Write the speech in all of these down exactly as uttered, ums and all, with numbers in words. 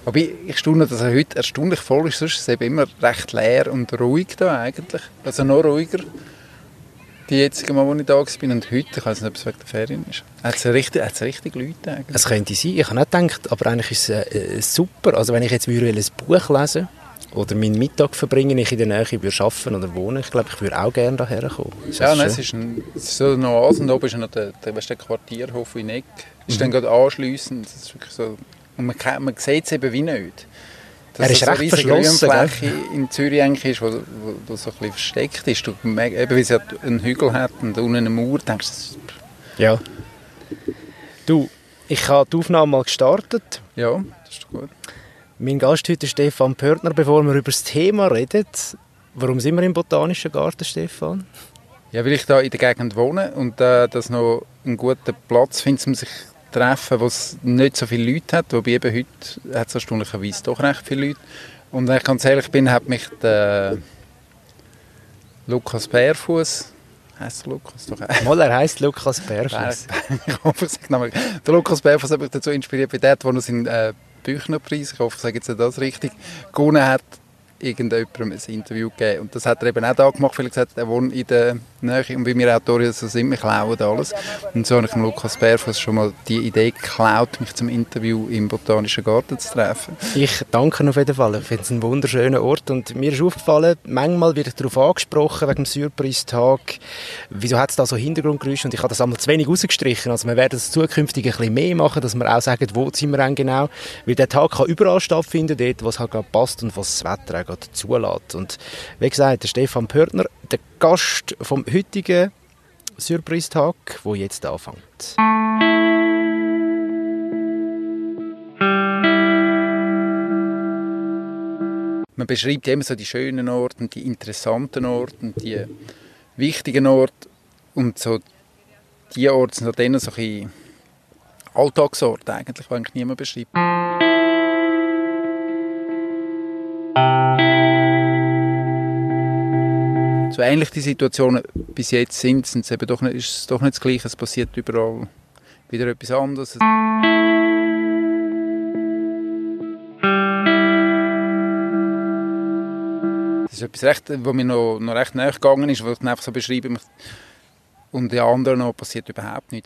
Aber ich, ich staune, dass er heute erstaunlich voll ist. Sonst ist es eben immer recht leer und ruhig da eigentlich. Also noch ruhiger. Die jetzigen Mal, wo ich da war, und heute, ich weiß nicht, ob es wegen der Ferien ist. Hat es richtig, richtig Leute eigentlich? Es könnte sein, ich habe nicht gedacht, aber eigentlich ist es äh, super. Also wenn ich jetzt würde ein Buch lesen oder meinen Mittag verbringen, ich in der Nähe würde arbeiten oder wohnen, ich glaube, ich würde auch gerne daher kommen. Ja, nein, es ist, ein, es ist so eine Oase und oben ist noch der, der, der Quartierhof in Eck. Ist mhm. dann gerade anschliessend. Das ist wirklich so, und man, kann, man sieht es eben wie nicht. Dass er ist so recht verschlossen, Grünfläche in Zürich eigentlich ist, wo, wo, wo so ein bisschen versteckt ist. Du, eben weil es einen Hügel hat und unten eine Mauer, denkst du... Ja. Du, ich habe die Aufnahme mal gestartet. Ja, das ist gut. Mein Gast heute ist Stefan Pörtner. Bevor wir über das Thema reden, warum sind wir im Botanischen Garten, Stefan? Ja, weil ich da in der Gegend wohne und äh, das noch einen guten Platz finde, um sich treffen, wo es nicht so viele Leute hat, wobei eben heute hat es erstaunlicherweise doch recht viele Leute. Und wenn ich ganz ehrlich bin, hat mich der Lukas Bärfuss, heisst der Lukas doch auch? Mal, er heisst Lukas Bärfuss. Ich hoffe, ich sage nochmal. Der Lukas Bärfuss hat mich dazu inspiriert, wie der, der noch seinen äh, Büchnerpreis, ich hoffe, ich sage jetzt das richtig, gewonnen hat, irgendjemandem ein Interview gegeben. Und das hat er eben auch da gemacht, weil er gesagt hat, er wohnt in der Nähe und wie wir Autoren so sind, wir klauen alles. Und so habe ich dem Lukas Bärfuss schon mal die Idee geklaut, mich zum Interview im Botanischen Garten zu treffen. Ich danke auf jeden Fall. Ich finde es ein wunderschöner Ort und mir ist aufgefallen, manchmal wird ich darauf angesprochen, wegen dem Surprise-Tag, wieso hat es da so Hintergrundgeräusche und ich habe das einmal zu wenig rausgestrichen. Also wir werden das zukünftig ein bisschen mehr machen, dass wir auch sagen, wo sind wir denn genau, weil der Tag kann überall stattfinden, dort, was halt gerade passt und was das Wetter auch gerade zulässt. Und wie gesagt, der Stefan Pörtner, der Gast vom heutigen Surprise-Tag, der jetzt anfängt. Man beschreibt immer so die schönen Orte, die interessanten Orte, die wichtigen Orte und so die Orte sind dann so ein Alltagsorte eigentlich, die eigentlich niemand beschreibt. So ähnlich die Situationen bis jetzt sind, sind es eben doch nicht, ist es doch nicht das Gleiche. Es passiert überall wieder etwas anderes. Das ist etwas, recht, was mir noch, noch recht nahe gegangen ist, was ich einfach so beschreibe. Und die anderen noch passiert überhaupt nichts.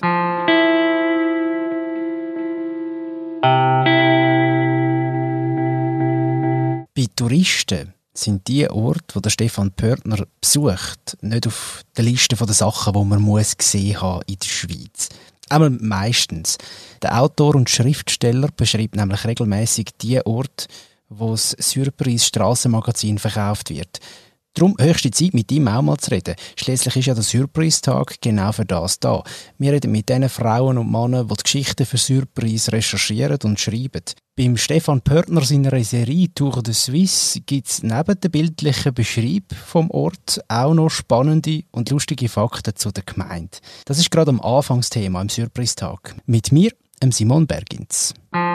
Bei Touristen sind die Orte, die Stefan Pörtner besucht, nicht auf der Liste der Sachen, die man muss gesehen haben in der Schweiz. Aber meistens. Der Autor und Schriftsteller beschreibt nämlich regelmäßig die Orte, wo das Surprise Strassenmagazin verkauft wird. Darum höchste Zeit, mit ihm auch mal zu reden. Schliesslich ist ja der Surprise-Tag genau für das da. Wir reden mit den Frauen und Männern, die die Geschichten für Surprise recherchieren und schreiben. Beim Stefan Pörtner seiner Serie Tour de Suisse gibt es neben der bildlichen Beschreibung vom Ort auch noch spannende und lustige Fakten zu der Gemeinde. Das ist gerade am Anfangsthema im Surprise-Tag. Mit mir, Simon Bergins.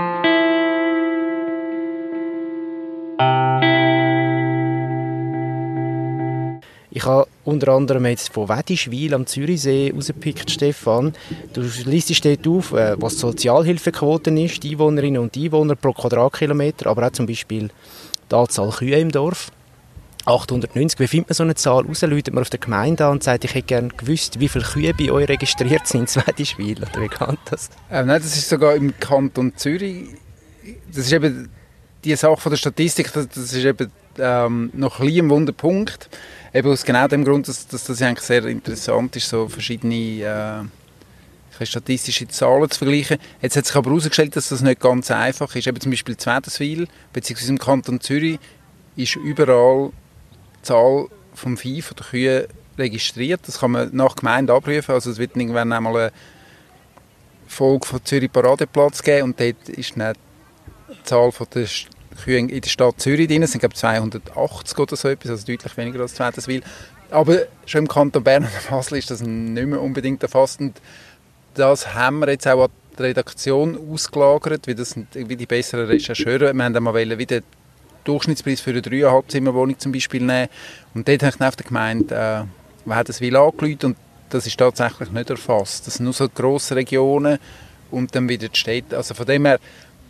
Ich habe unter anderem jetzt von Wedischwil am Zürichsee rausgepickt, Stefan. Du listest dort auf, was die Sozialhilfequote ist, die Einwohnerinnen und Einwohner pro Quadratkilometer, aber auch zum Beispiel die Anzahl Kühe im Dorf. achthundertneunzig, wie findet man so eine Zahl raus? Läutet man auf der Gemeinde an und sagt, ich hätte gerne gewusst, wie viele Kühe bei euch registriert sind in Wedischwil, oder wie geht das? Ähm, nein, das ist sogar im Kanton Zürich. Das ist eben die Sache von der Statistik, das, das ist eben ähm, noch ein bisschen ein Wunderpunkt. Eben aus genau dem Grund, dass, dass das eigentlich sehr interessant ist, so verschiedene äh, statistische Zahlen zu vergleichen. Jetzt hat sich aber herausgestellt, dass das nicht ganz einfach ist. Eben zum Beispiel in Wädenswil, beziehungsweise im Kanton Zürich, ist überall die Zahl vom Vieh, von der Kühe registriert. Das kann man nach Gemeinde abrufen. Also es wird irgendwann einmal eine Folge von Zürich Paradeplatz geben und dort ist dann die Zahl von der Kühe in der Stadt Zürich drin. Es sind glaube ich zweihundertachtzig oder so etwas, also deutlich weniger als Wädenswil. Aber schon im Kanton Bern und Basel ist das nicht mehr unbedingt erfasst. Und das haben wir jetzt auch an die Redaktion ausgelagert, wie, das, wie die besseren Rechercheure. Wir haben dann mal wieder den Durchschnittspreis für eine dreieinhalb Zimmerwohnung zum Beispiel nehmen. Und dort habe ich dann auf der Gemeinde äh, Wädenswil angerufen und das ist tatsächlich nicht erfasst. Das sind nur so grosse Regionen und dann wieder die Städte. Also von dem her,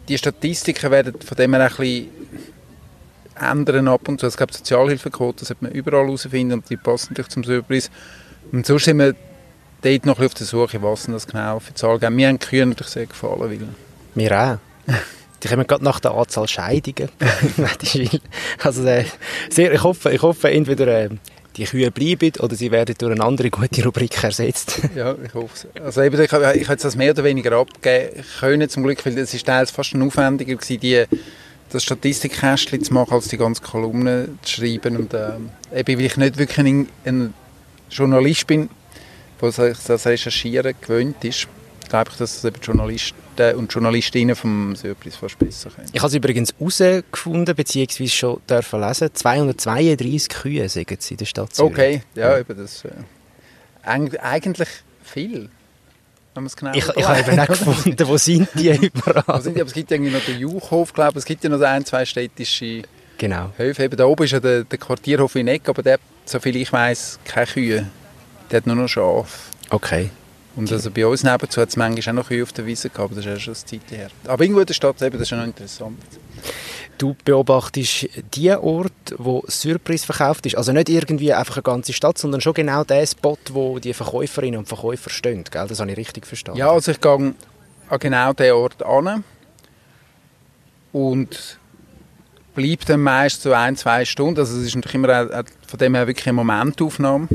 die Statistiken werden von dem her ein bisschen ändern ab und zu. Es gibt Sozialhilfequoten, das sollte man überall herausfinden und die passen natürlich zum Surpreis. Und sonst sind wir dort noch ein bisschen auf der Suche, was das genau für Zahlen geben. Mir haben die Kühe natürlich sehr gefallen. Weil mir auch. Die kommen gerade nach der Anzahl Scheidungen. Also, äh, sehr, ich, hoffe, ich hoffe, entweder äh, die Kühe bleiben oder sie werden durch eine andere gute Rubrik ersetzt. Ja, ich hoffe es. Also eben, ich, ich habe das mehr oder weniger abgeben können, zum Glück, weil es ist teils fast schon aufwendiger gewesen, die, das Statistikkästchen zu machen, als die ganze Kolumne zu schreiben. Und äh, eben, weil ich nicht wirklich ein, ein Journalist bin, der sich das Recherchieren gewöhnt ist, glaube ich, dass eben Journalisten und Journalistinnen vom Surpreis fast besser können. Ich habe es übrigens herausgefunden, beziehungsweise schon dürfen lesen, zweihundertzweiunddreissig Kühe sagen sie in der Stadt Zürich. Okay, ja, ja. Eben das äh, eigentlich viel. Wenn es genau ich ich habe eben nicht gefunden, wo sind die überall. Wo sind die? Aber es gibt irgendwie noch den Juchhof, glaube ich. Es gibt ja noch ein, zwei städtische genau. Höfe. Eben da oben ist ja der, der Quartierhof in Eck, aber der hat, soviel ich weiss, keine Kühe. Der hat nur noch Schafe. Okay. Und also bei uns nebenzu hat es manchmal auch noch Kühe auf der Wiese gehabt, aber das ist ja schon eine Zeit her. Aber irgendwo in der Stadt, eben, das ist ja noch interessant. Du beobachtest die Ort, wo Surpreis verkauft ist, also nicht irgendwie einfach eine ganze Stadt, sondern schon genau der Spot, wo die Verkäuferinnen und Verkäufer stehen, gell? Das habe ich richtig verstanden. Ja, also ich gehe an genau diesen Ort an und bleibe dann meist so ein, zwei Stunden. Also es ist natürlich immer auch, von dem her wirklich eine Momentaufnahme.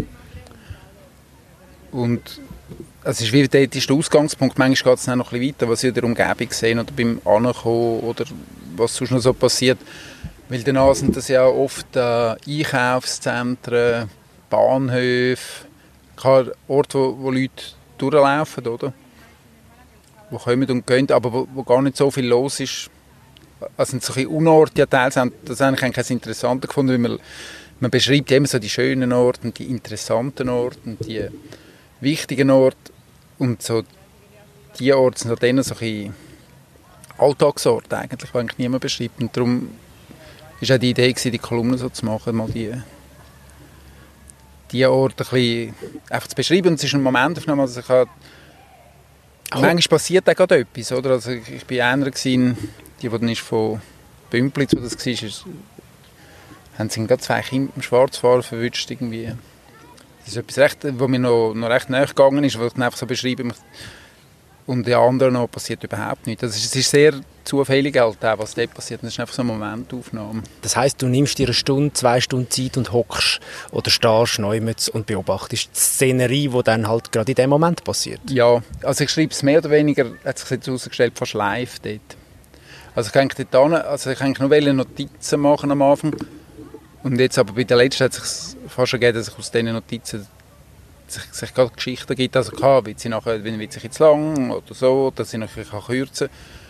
Und es ist wie der Ausgangspunkt. Manchmal geht es dann noch ein bisschen weiter, was ich in der Umgebung sehe oder beim Ankommen oder was sonst noch so passiert. Weil danach sind das ja oft äh, Einkaufszentren, Bahnhöfe, Orte, wo, wo Leute durchlaufen, oder? Die kommen und gehen, aber wo, wo gar nicht so viel los ist. Also sind so ein Unorte, ja, teils haben das eigentlich ganz interessanter gefunden, weil man, man beschreibt immer so die schönen Orte, die interessanten Orte, die wichtigen Orte. Und so die Orte sind dann so ein Alltagsorte eigentlich, die eigentlich niemand beschreibt. Und darum war auch die Idee, die Kolumne so zu machen, mal die, die Orte ein bisschen einfach zu beschreiben. Und es ist ein Momentaufnahme, also ich habe, oh. Manchmal passiert auch gerade etwas, oder? Also ich, ich bin einer gewesen, die, die dann ist von Bümplitz, wo das war, ist, haben sie gerade zwei Kinder im Schwarzfahren verwünscht irgendwie. Das ist etwas, recht, was mir noch, noch recht nahe gegangen ist, was ich dann einfach so beschreibe. Und die anderen noch passiert überhaupt nichts. Also es ist sehr zufällig, halt, was dort passiert. Das ist einfach so eine Momentaufnahme. Das heisst, du nimmst dir eine Stunde, zwei Stunden Zeit und hockst oder stehst neumets und beobachtest die Szenerie, die dann halt gerade in dem Moment passiert? Ja, also ich schreibe es mehr oder weniger, hat sich jetzt herausgestellt, fast live dort. Also ich kann dort hin, also ich kann nur Notizen machen am Anfang. Und jetzt aber bei der letzten hat es sich fast schon gegeben, dass ich aus diesen Notizen sich, sich gerade Geschichten gibt. Also klar, wird sie nachher, wird sie jetzt lang oder so, dass sie nachher kürzen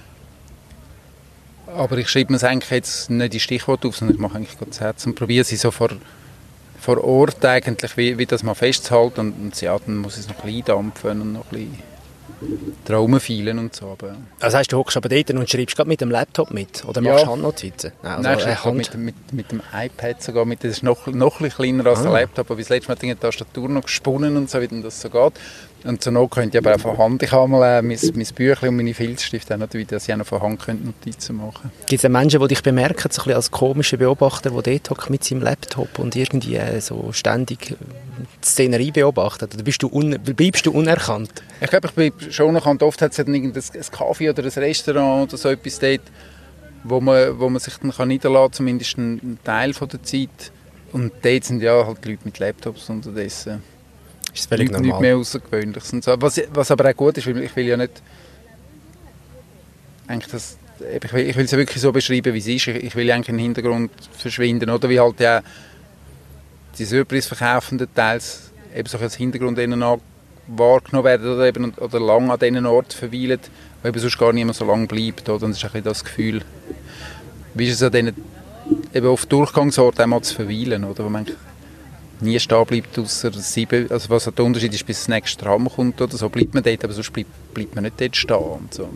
kann. Aber ich schreibe mir eigentlich jetzt nicht die Stichworte auf, sondern ich mache eigentlich das Herz und probiere sie so vor, vor Ort eigentlich, wie, wie das mal festzuhalten. Und, und ja, dann muss ich es noch ein bisschen eindampfen und noch ein bisschen Traum fehlen und so. Aber also heißt, du hockst aber dort und schreibst gerade mit dem Laptop mit? Oder machst du ja. Handnotizen? Also Nein, ich äh, Hand... mit, mit, mit dem iPad sogar. Mit, das ist noch, noch ein bisschen kleiner als ah. der Laptop, aber das letzte Mal hat die Tastatur noch gesponnen und so, wie das so geht. Und zur Not könnte ich aber auch von Hand, ich habe mal äh, mein, mein Büchlein und meine Filzstifte, dass ich auch noch von Hand Notizen machen könnte. Gibt es Menschen, die dich bemerken, so ein bisschen als komischer Beobachter, der dort hockt mit seinem Laptop und irgendwie äh, so ständig die Szenerie beobachtet? Oder bist du un- bleibst du unerkannt? Ich glaube, ich bin schon unerkannt. Oft hat es ein, ein Kaffee oder ein Restaurant oder so etwas dort, wo man, wo man sich dann kann niederlassen kann, zumindest einen Teil von der Zeit. Und dort sind ja halt die Leute mit Laptops unterdessen. Ist völlig nicht, normal. Nicht mehr Außergewöhnliches. Und so. was, was aber auch gut ist, weil ich will ja nicht... Eigentlich das, ich will, ich will es ja wirklich so beschreiben, wie es ist. Ich, ich will eigentlich im Hintergrund verschwinden. Oder wie halt ja die Surpreisverkaufenden teils eben so als Hintergrund wahrgenommen werden oder, eben, oder lang an diesen Orten verweilen, wo eben sonst gar niemand so lange bleibt. Oder? Und das ist ein bisschen das Gefühl, wie ist es an diesen eben auf Durchgangsorten einmal zu verweilen, oder? Wo man nie stehen bleibt, ausser sieben, also was der Unterschied ist, bis das nächste Tram kommt oder so, bleibt man dort, aber sonst bleibt, bleibt man nicht dort stehen. Und so.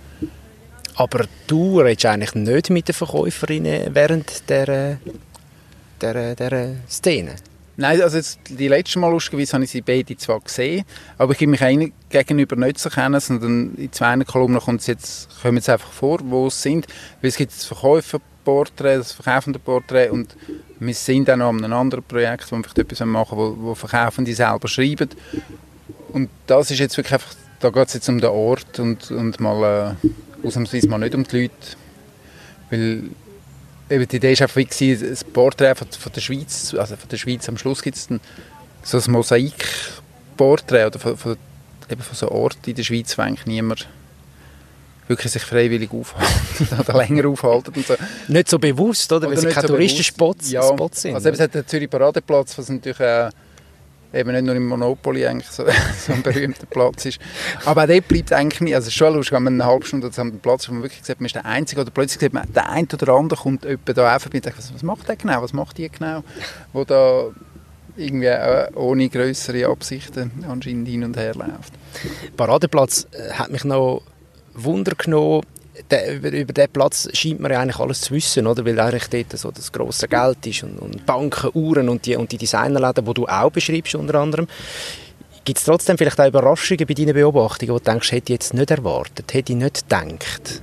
Aber du redest eigentlich nicht mit den Verkäuferinnen während dieser, dieser, dieser Szene? Nein, also jetzt, die letzte Mal lustigerweise habe ich sie beide zwar gesehen, aber ich gebe mich ihnen gegenüber nicht zu kennen, sondern in zwei Kolumnen kommt es jetzt, kommen jetzt einfach vor, wo sie sind. Weil es gibt das Verkäuferporträt, das verkaufende Porträt und wir sind auch noch an einem anderen Projekt, wo wir vielleicht etwas machen, wo, wo Verkaufende selber schreiben. Und das ist jetzt wirklich einfach, da geht es jetzt um den Ort und, und mal äh, ausnahmsweise mal nicht um die Leute. Weil eben die Idee war einfach wie das Porträt von, von der Schweiz, also von der Schweiz am Schluss gibt es dann so ein Mosaikporträt oder von, von, eben von so einem Ort in der Schweiz, wo eigentlich niemand wirklich sich freiwillig aufhalten oder länger aufhalten und so. Nicht so bewusst, oder? Weil es keine so Touristenspots ja, Spots sind. Also eben, es hat den Zürich Paradeplatz, was natürlich äh, eben nicht nur im Monopoly eigentlich so, so ein berühmter Platz ist. Aber auch dort bleibt eigentlich nicht, also es ist schon lustig, wenn man eine halbe Stunde an den Platz, wo man wirklich sieht, man ist der Einzige, oder plötzlich sieht man, der eine oder andere kommt jemand da auch vorbei und denkt, was, was macht der genau, was macht die genau, wo da irgendwie äh, ohne grössere Absichten anscheinend hin und her läuft. Paradeplatz äh, hat mich noch Wunder genommen. Der, über, über diesen Platz scheint man ja eigentlich alles zu wissen, oder? Weil eigentlich dort so das grosse Geld ist und, und Banken, Uhren und die, und die Designerläden, die du auch beschreibst unter anderem. Gibt es trotzdem vielleicht auch Überraschungen bei deinen Beobachtungen, wo du denkst, hätte ich jetzt nicht erwartet, hätte ich nicht gedacht?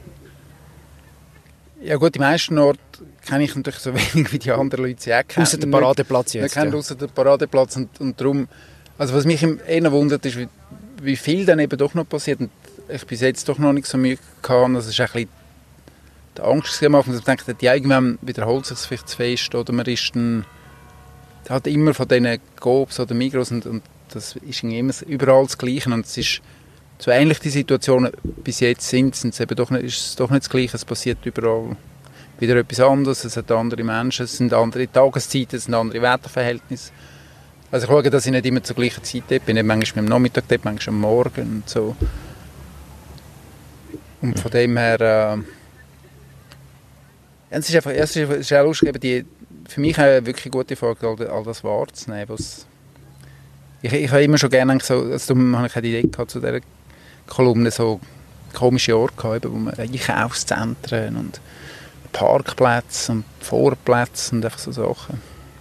Ja gut, die meisten Orte kenne ich natürlich so wenig wie die anderen Leute sie auch kennen. Ausser den Paradeplatz jetzt, ja. Ausser den Paradeplatz und, und darum, also was mich eher wundert, ist, wie, wie viel dann eben doch noch passiert. Und ich bis jetzt doch noch nicht so Mühe gehabt. Das ist ein bisschen die Angst gemacht. Man denkt, ja, irgendwann wiederholt sich es vielleicht zu fest oder man ist dann hat immer von diesen Coop oder Migros und, und das ist immer überall das Gleiche und es ist so ähnlich die Situationen bis jetzt sind, sind es eben doch nicht, ist es doch nicht das Gleiche. Es passiert überall wieder etwas anderes, es hat andere Menschen, es sind andere Tageszeiten, es sind andere Wetterverhältnisse. Also ich schaue, dass ich nicht immer zur gleichen Zeit dort bin, nicht manchmal am Nachmittag dort, manchmal am Morgen und so. Und von dem her, äh, es ist einfach, es ist, es ist auch lustig, eben die, für mich eine wirklich gute Frage, all, all das wahrzunehmen. Was, ich, ich habe immer schon gerne, so, also darum habe ich eine Idee gehabt, zu dieser Kolumne, so komische Orte gehabt, wo man Einkaufszentren und Parkplätze und Vorplätze und einfach so Sachen.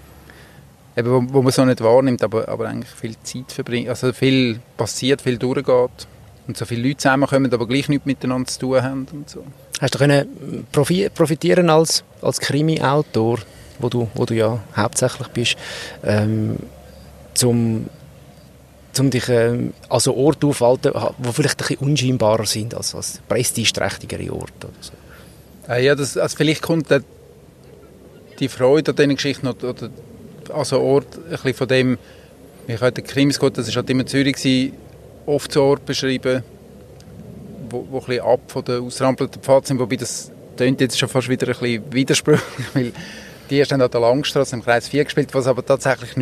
Eben, wo, wo man so nicht wahrnimmt, aber, aber eigentlich viel Zeit verbringt, also viel passiert, viel durchgeht. Und so viele Leute zusammenkommen, aber gleich nichts miteinander zu tun haben und so. Hast du können profitieren als, als Krimi-Autor, wo du, wo du ja hauptsächlich bist, ähm, zum, zum dich ähm, an so Orte aufhalten, die vielleicht ein bisschen unscheinbarer sind als, als prestigeträchtigere Orte oder so? Äh, ja, das, also vielleicht kommt die, die Freude an diesen Geschichten oder, oder an so Ort ein bisschen von dem, ich hatte Krimis gehabt, das war halt immer Zürich gewesen, oft so Orte beschrieben, wo, wo ein bisschen ab von den ausrampelten Pfaden sind, wobei das klingt jetzt schon fast wieder ein bisschen widersprüchlich, weil die erst an der Langstrasse im Kreis vier gespielt, was aber tatsächlich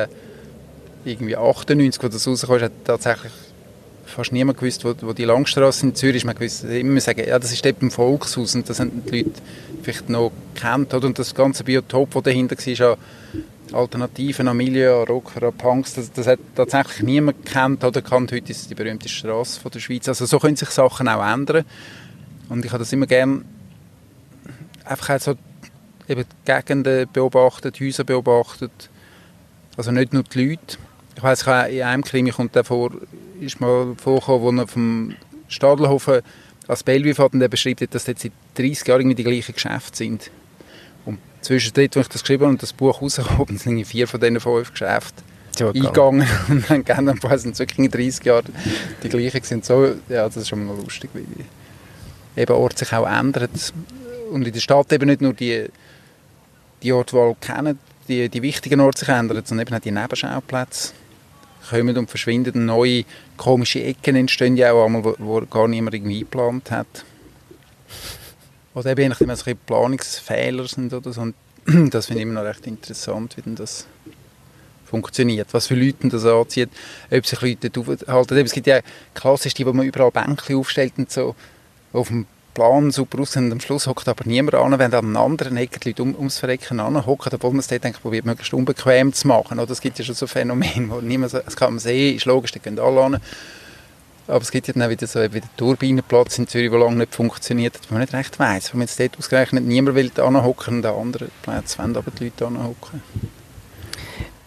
neunzehnhundertachtundneunzig, wo das rauskam, hat tatsächlich fast niemand gewusst, wo, wo die Langstrasse in Zürich ist. Man gewusst, immer sagen, ja, das ist dort im Volkshaus und das haben die Leute vielleicht noch gekannt. Und das ganze Biotop, das dahinter war, ja Alternativen an Milieu, an Rocker, an Punks, das, das hat tatsächlich niemand gekannt oder kennt. Heute ist es die berühmte Strasse von der Schweiz. Also so können sich Sachen auch ändern. Und ich habe das immer gerne einfach so eben die Gegenden beobachtet, die Häuser beobachtet. Also nicht nur die Leute. Ich weiss, ich habe in einem Krimi kommt davor, ist mal vorgekommen, wo er vom Stadelhofen als Bellevue fährt und er beschreibt, dass dort seit dreissig Jahren die gleichen Geschäfte sind. Und zwischendurch, als ich das geschrieben habe und das Buch rausgekommen, sind vier von diesen fünf Geschäften so eingegangen. Und dann gehen dann wirklich dreißig Jahre die gleichen sind. So, ja, das ist schon mal lustig, wie eben Orte sich auch ändern. Und in der Stadt eben nicht nur die, die Orte, die alle kennen, die, die wichtigen Orte sich ändern, sondern eben auch die Nebenschauplätze kommen und verschwinden. Und neue komische Ecken entstehen ja auch einmal, wo, wo gar niemand irgendwie eingeplant hat. Oder eben je nachdem, so Planungsfehler sind oder so. Und das finde ich immer noch recht interessant, wie denn das funktioniert. Was für Leute das anzieht, ob sich Leute dort aufhalten. Es gibt ja klassisch die, wo man überall Bänkchen aufstellt und so auf dem Plan super aussehen. Und am Schluss hockt aber niemand an, wenn an einem anderen Eck die Leute um, ums Verrecken anhocken, obwohl man es dort denkt, probiert möglichst unbequem zu machen. Oder es gibt ja schon so Phänomene, wo niemand so, das kann man sehen, ist logisch, da gehen alle an. Aber es gibt ja dann auch wieder so wie der Turbinenplatz in Zürich, der lange nicht funktioniert, wo man nicht recht weiss. Wenn man jetzt dort ausgerechnet niemand will anhocken und an anderen Plätzen wollen aber die Leute anhocken.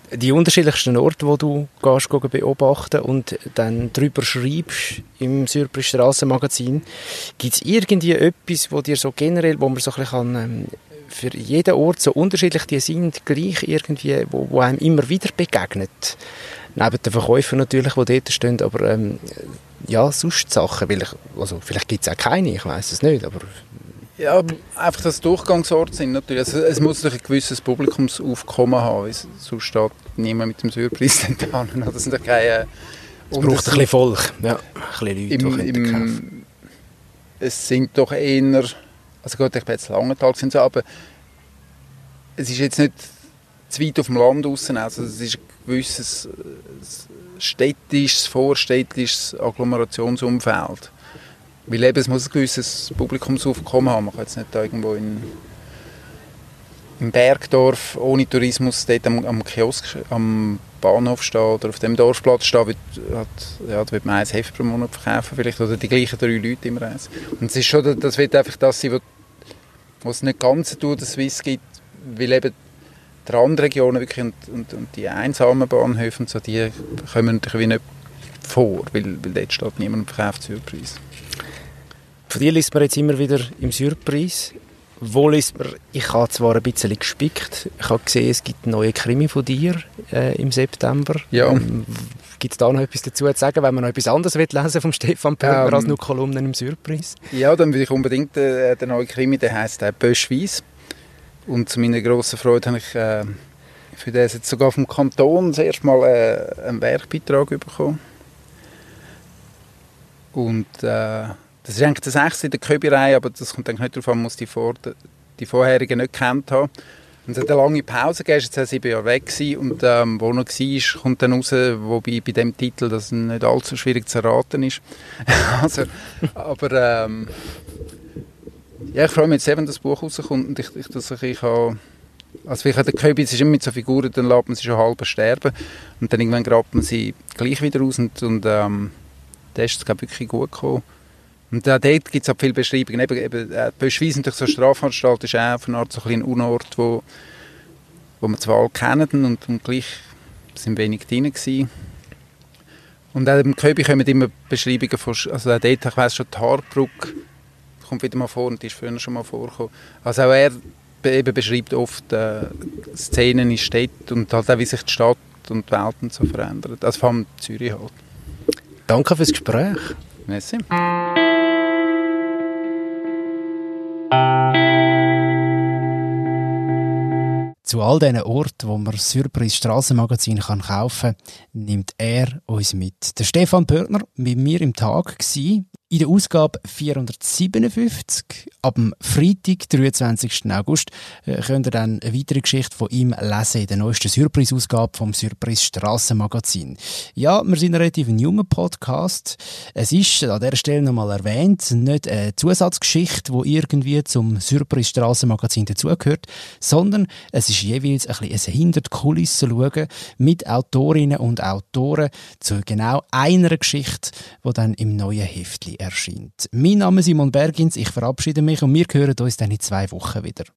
Die unterschiedlichsten Orte, die du gehst, gehst beobachten und dann darüber schreibst im Surprise Strassenmagazin, gibt es irgendwie etwas, wo dir so generell, wo man so ein bisschen kann, ähm, für jeden Ort, so unterschiedlich die sind, gleich irgendwie, wo, wo einem immer wieder begegnet? Neben den Verkäufern natürlich, die dort stehen, aber ähm, ja, sonst Sachen, weil ich, also vielleicht gibt es auch keine, ich weiss es nicht, aber... Ja, einfach, dass Durchgangsorte sind natürlich. Also, es muss ein gewisses Publikumsaufkommen haben, weil sonst steht niemand mit dem Surprise dort hin. Das sind keine... Es braucht ein bisschen Volk, ja, ein bisschen Leute, im, die im, es sind doch eher... Also gut, ich bin jetzt Langenthal, so, aber es ist jetzt nicht zu weit auf dem Land draussen. Also es ist ein gewisses städtisches, vorstädtisches Agglomerationsumfeld. Weil eben, es muss ein gewisses Publikumsaufkommen haben. Man kann jetzt nicht da irgendwo in, im Bergdorf ohne Tourismus dort am, am Kiosk, am Bahnhof stehen oder auf dem Dorfplatz stehen, wird, hat, ja, da wird man ein Heft pro Monat verkaufen vielleicht, oder die gleichen drei Leute im Reis. Und es ist schon, das wird einfach das sein, wo es nicht ganz durch den Swiss gibt, weil eben die Randregionen wirklich und, und, und die einsamen Bahnhöfe und so, die kommen natürlich wie nicht vor, weil, weil dort steht niemand und verkauft Surprise. Von dir liest man jetzt immer wieder im Surprise. Wo liest man? Ich habe zwar ein bisschen gespickt. Ich habe gesehen, es gibt einen neuen Krimi von dir äh, im September. Ja. Ähm, gibt es da noch etwas dazu zu sagen, wenn man noch etwas anderes lesen will vom Stefan Pörtner ähm, als nur Kolumnen im Surprise? Ja, dann würde ich unbedingt äh, den neuen Krimi, der heisst äh, «Böschweiss». Und zu meiner grossen Freude habe ich äh, für das jetzt sogar vom Kanton das erste Mal äh, einen Werkbeitrag bekommen. Und äh, das ist eigentlich das Sechste in der Köbi-Reihe, aber das kommt eigentlich nicht darauf an, man muss die, vor, die vorherigen nicht gekannt haben. Und es hat eine lange Pause gegeben, jetzt war sieben Jahre weg gewesen, und ähm, wo er war, kommt dann raus, wobei bei dem Titel das nicht allzu schwierig zu erraten ist. also, aber ähm, ja, ich freue mich jetzt eben, dass das Buch rauskommt und ich, ich, dass ich, ich habe, also vielleicht der Köbi, es ist immer mit so Figuren, dann lässt man sie schon halb sterben und dann irgendwann grabt man sie gleich wieder raus und, und ähm, da ist es glaube ich wirklich gut gekommen. Und äh, dort gibt es auch viele Beschreibungen. Eben, eben, äh, Böschweiss, natürlich so eine Strafanstalt, ist auch auf eine Art so ein, ein Unort, wo, wo wir zwar alle kennen und, und gleich sind wenig drin gewesen. Und auch im Köbi kommen immer Beschreibungen von, also auch dort, ich weiss schon, die Haarbrücke kommt wieder mal vor und die ist früher schon mal vorgekommen. Also auch er be- eben beschreibt oft äh, Szenen in Städten und halt auch, wie sich die Stadt und die Welt und so verändert. Also vor allem Zürich halt. Danke fürs Gespräch. Merci. Zu all diesen Orten, wo man das Surprise Strassenmagazin kaufen kann, nimmt er uns mit. Der Stefan Pörtner mit mir im Tag gsi. In der Ausgabe vierhundertsiebenundfünfzig, ab dem Freitag, dreiundzwanzigsten August, könnt ihr dann eine weitere Geschichte von ihm lesen in der neuesten Surprise-Ausgabe vom Surprise Strassenmagazin. Ja, wir sind ein relativ junger Podcast. Es ist an dieser Stelle nochmal erwähnt, nicht eine Zusatzgeschichte, die irgendwie zum Surprise Strassenmagazin dazugehört, sondern es ist jeweils ein bisschen ein hinter die Kulissen schauen mit Autorinnen und Autoren zu genau einer Geschichte, die dann im neuen Heftli erscheint. Mein Name ist Simon Bergins, ich verabschiede mich und wir hören uns dann in zwei Wochen wieder.